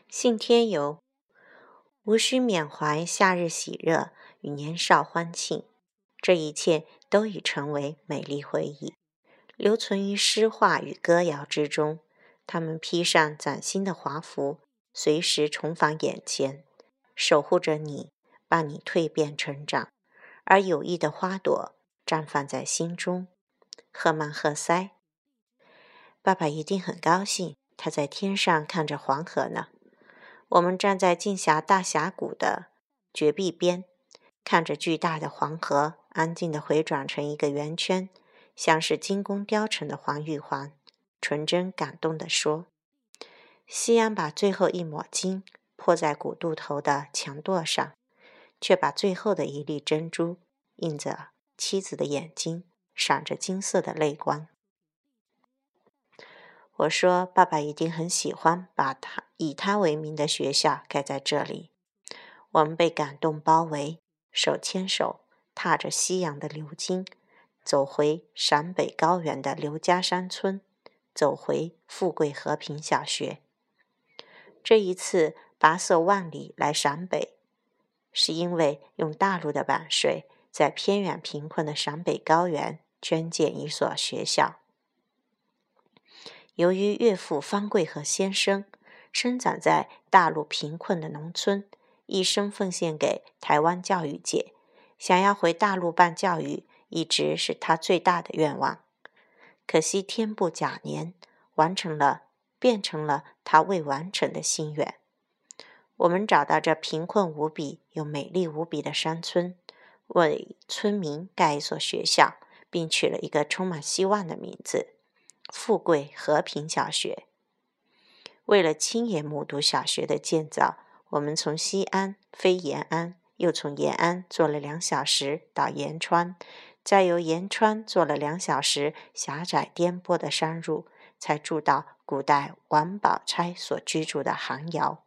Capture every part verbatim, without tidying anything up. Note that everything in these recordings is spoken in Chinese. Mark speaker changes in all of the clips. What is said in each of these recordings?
Speaker 1: 信天游，无需缅怀夏日喜热与年少欢庆，这一切都已成为美丽回忆，留存于诗画与歌谣之中。他们披上崭新的华服，随时重返眼前，守护着你，伴你蜕变成长。而友谊的花朵绽放在心中。赫曼·赫塞。爸爸一定很高兴，他在天上看着黄河呢。我们站在镜峡大峡谷的绝壁边，看着巨大的黄河安静地回转成一个圆圈，像是精工雕成的黄玉环，纯真感动地说。夕阳把最后一抹金泼在古渡头的墙垛上，却把最后的一粒珍珠映着妻子的眼睛，闪着金色的泪光。我说爸爸一定很喜欢把他以他为名的学校盖在这里。我们被感动包围，手牵手踏着夕阳的流金，走回陕北高原的刘家山村，走回富贵和平小学。这一次跋涉万里来陕北，是因为用大陆的版税在偏远贫困的陕北高原捐建一所学校。由于岳父方贵和先生生长在大陆贫困的农村，一生奉献给台湾教育界，想要回大陆办教育一直是他最大的愿望。可惜天不假年，完成了变成了他未完成的心愿。我们找到这贫困无比又美丽无比的山村，为村民盖一所学校，并取了一个充满希望的名字——富贵和平小学。为了亲眼目睹小学的建造，我们从西安飞延安，又从延安坐了两小时到延川，再由延川坐了两小时狭窄颠簸的山路，才住到古代王宝钗所居住的杭窑。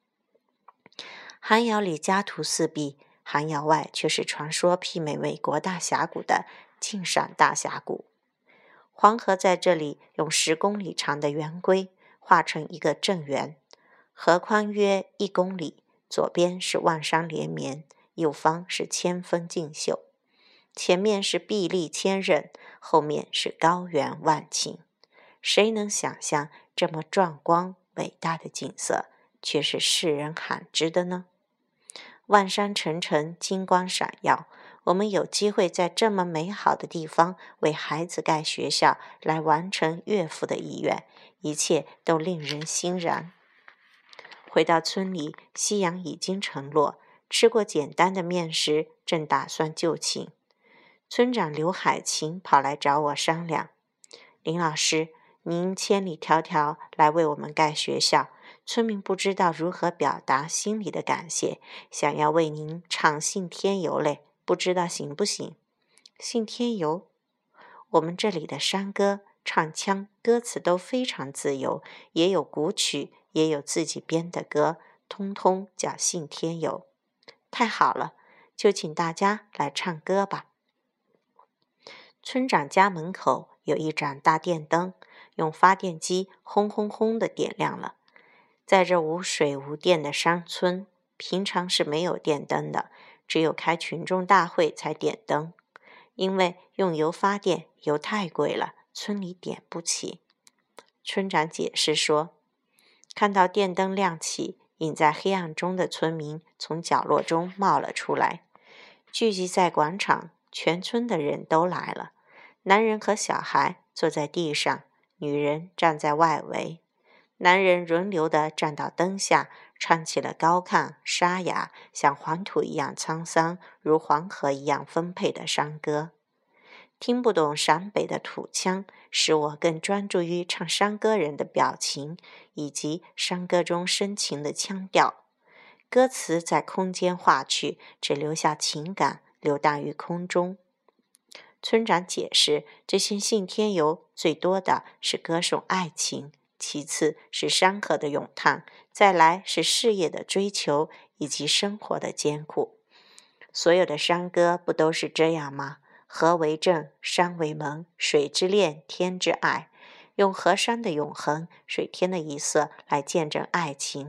Speaker 1: 杭窑里家徒四壁，杭窑外却是传说媲美美国大峡谷的晋陕大峡谷。黄河在这里用十公里长的圆规画成一个正圆，河宽约一公里，左边是万山连绵，右方是千峰竞秀，前面是壁立千仞，后面是高原万顷。谁能想象这么壮观伟大的景色却是世人罕知的呢？万山层层，金光闪耀，我们有机会在这么美好的地方为孩子盖学校，来完成岳父的意愿，一切都令人欣然。回到村里，夕阳已经沉落，吃过简单的面食，正打算就寝。村长刘海琴跑来找我商量：林老师，您千里迢迢来为我们盖学校，村民不知道如何表达心里的感谢，想要为您唱信天游嘞，不知道行不行？信天游？我们这里的山歌、唱腔、歌词都非常自由，也有古曲，也有自己编的歌，通通叫信天游。太好了，就请大家来唱歌吧。村长家门口有一盏大电灯，用发电机轰轰轰地点亮了。在这无水无电的山村，平常是没有电灯的，只有开群众大会才点灯。因为用油发电，油太贵了，村里点不起。村长解释说，看到电灯亮起，隐在黑暗中的村民从角落中冒了出来，聚集在广场，全村的人都来了。男人和小孩坐在地上，女人站在外围。男人轮流地站到灯下，唱起了高亢沙哑，像黄土一样沧桑，如黄河一样丰沛的山歌。听不懂陕北的土腔，使我更专注于唱山歌人的表情，以及山歌中深情的腔调。歌词在空间划去，只留下情感流荡于空中。村长解释，这些信天游最多的是歌颂爱情，其次是山河的咏叹，再来是事业的追求以及生活的艰苦。所有的山歌不都是这样吗？河为证，山为盟，水之恋，天之爱，用河山的永恒，水天的一色来见证爱情，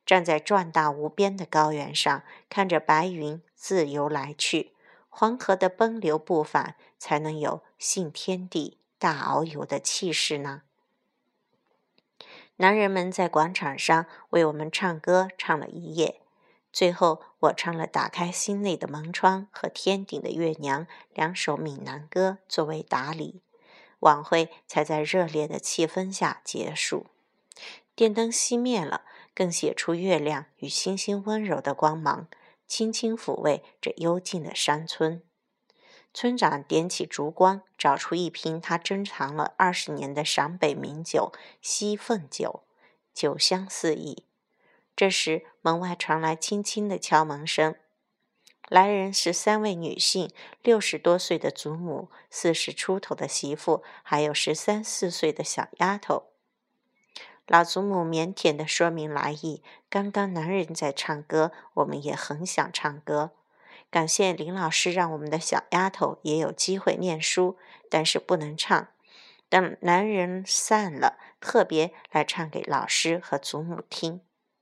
Speaker 1: 站在壮大无边的高原上，看着白云自由来去，黄河的奔流不返，才能有信天地大遨游的气势呢？男人们在广场上为我们唱歌，唱了一夜。最后，我唱了打开心内的门窗和天顶的月娘两首闽南歌作为答礼，晚会才在热烈的气氛下结束。电灯熄灭了，更写出月亮与星星温柔的光芒，轻轻抚慰这幽静的山村。村长点起烛光，找出一瓶他珍藏了二十年的陕北名酒西凤酒，酒香四溢。这时门外传来轻轻的敲门声，来人是三位女性，六十多岁的祖母，四十出头的媳妇，还有十三四岁的小丫头。老祖母腼腆地说明来意，刚刚男人在唱歌，我们也很想唱歌。感谢林老师让我们的小丫头也有机会念书，但是不能唱。等男人散了，特别来唱给老师和祖母听。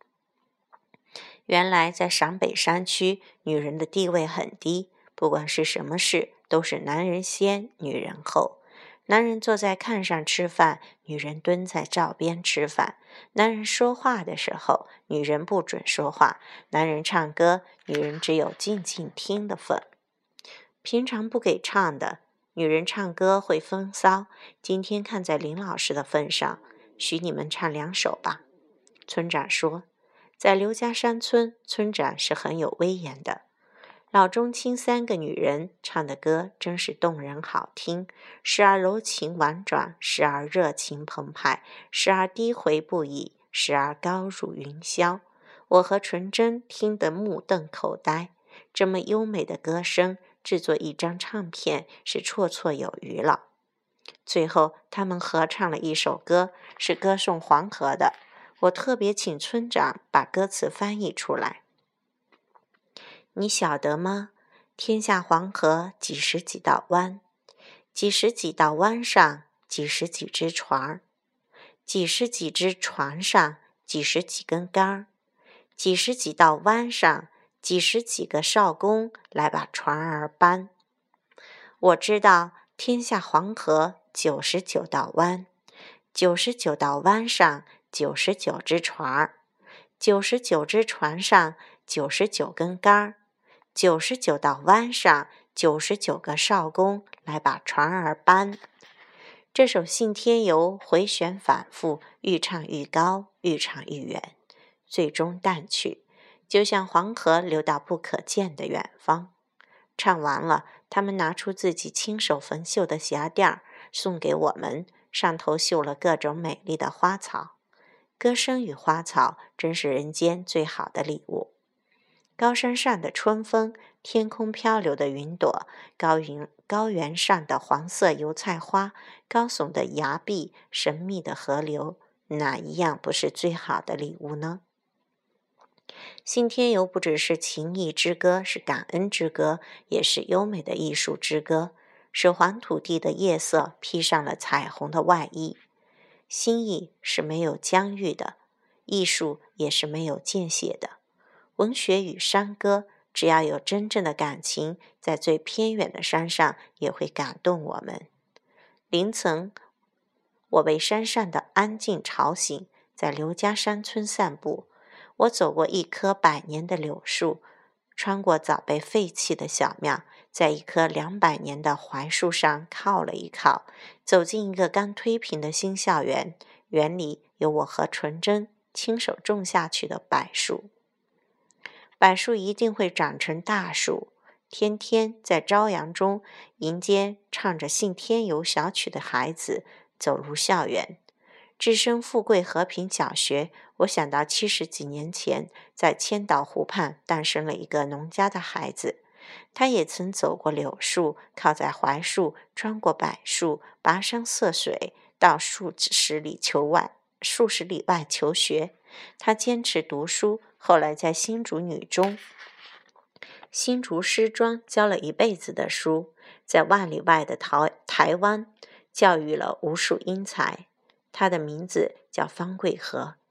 Speaker 1: 原来在陕北山区，女人的地位很低，不管是什么事，都是男人先，女人后。男人坐在炕上吃饭，女人蹲在灶边吃饭。男人说话的时候，女人不准说话。男人唱歌，女人只有静静听的份。平常不给唱的，女人唱歌会风骚。今天看在林老师的份上，许你们唱两首吧。村长说，在刘家山村，村长是很有威严的。老中青三个女人唱的歌真是动人好听，时而柔情婉转，时而热情澎湃，时而低回不已，时而高入云霄。我和纯真听得目瞪口呆，这么优美的歌声，制作一张唱片是绰绰有余了。最后他们合唱了一首歌，是歌颂黄河的，我特别请村长把歌词翻译出来。你晓得吗？天下黄河几十几道弯，几十几道弯上几十几只船，几十几只船上几十几根杆儿，几十几道弯上几十几个少工来把船儿搬。我知道天下黄河九十九道弯，九十九道弯上九十九只船儿，九十九只船上九十九根杆儿，九十九道弯上九十九个少工来把船儿搬。这首《信天游》回旋反复，愈唱愈高，愈唱愈远，最终淡去，就像黄河流到不可见的远方。唱完了，他们拿出自己亲手缝绣的匣垫儿送给我们，上头绣了各种美丽的花草。歌声与花草真是人间最好的礼物。高山上的春风，天空飘流的云朵，高云高原上的黄色油菜花，高耸的崖壁，神秘的河流，哪一样不是最好的礼物呢？信天游不只是情谊之歌，是感恩之歌，也是优美的艺术之歌，是黄土地的夜色披上了彩虹的外衣。心意是没有疆域的，艺术也是没有见血的。文学与山歌，只要有真正的感情，在最偏远的山上也会感动我们。凌晨，我被山上的安静吵醒，在刘家山村散步。我走过一棵百年的柳树，穿过早被废弃的小庙，在一棵两百年的槐树上靠了一靠，走进一个刚推平的新校园，园里有我和纯真亲手种下去的柏树。柏树一定会长成大树。天天在朝阳中迎接唱着信天游小曲的孩子走入校园。置身富贵和平小学，我想到七十几年前在千岛湖畔诞生了一个农家的孩子，他也曾走过柳树，靠在槐树，穿过柏树，跋山涉水，到数十里求外数十里外求学。他坚持读书，后来在新竹女中、新竹师庄教了一辈子的书，在万里外的台台湾教育了无数英才。他的名字叫方贵和。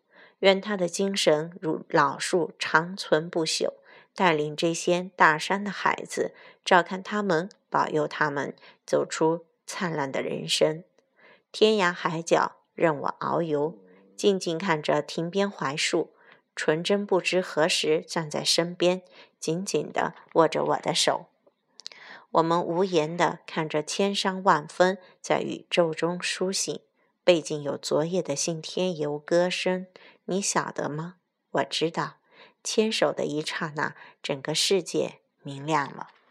Speaker 1: 愿他的精神如老树长存不朽，带领这些大山的孩子，照看他们，保佑他们走出灿烂的人生。天涯海角任我遨游，静静看着亭边槐树，纯真不知何时站在身边，紧紧地握着我的手。我们无言地看着千山万峰在宇宙中苏醒，背景有昨夜的信天游歌声，你晓得吗？我知道，牵手的一刹那，整个世界明亮了。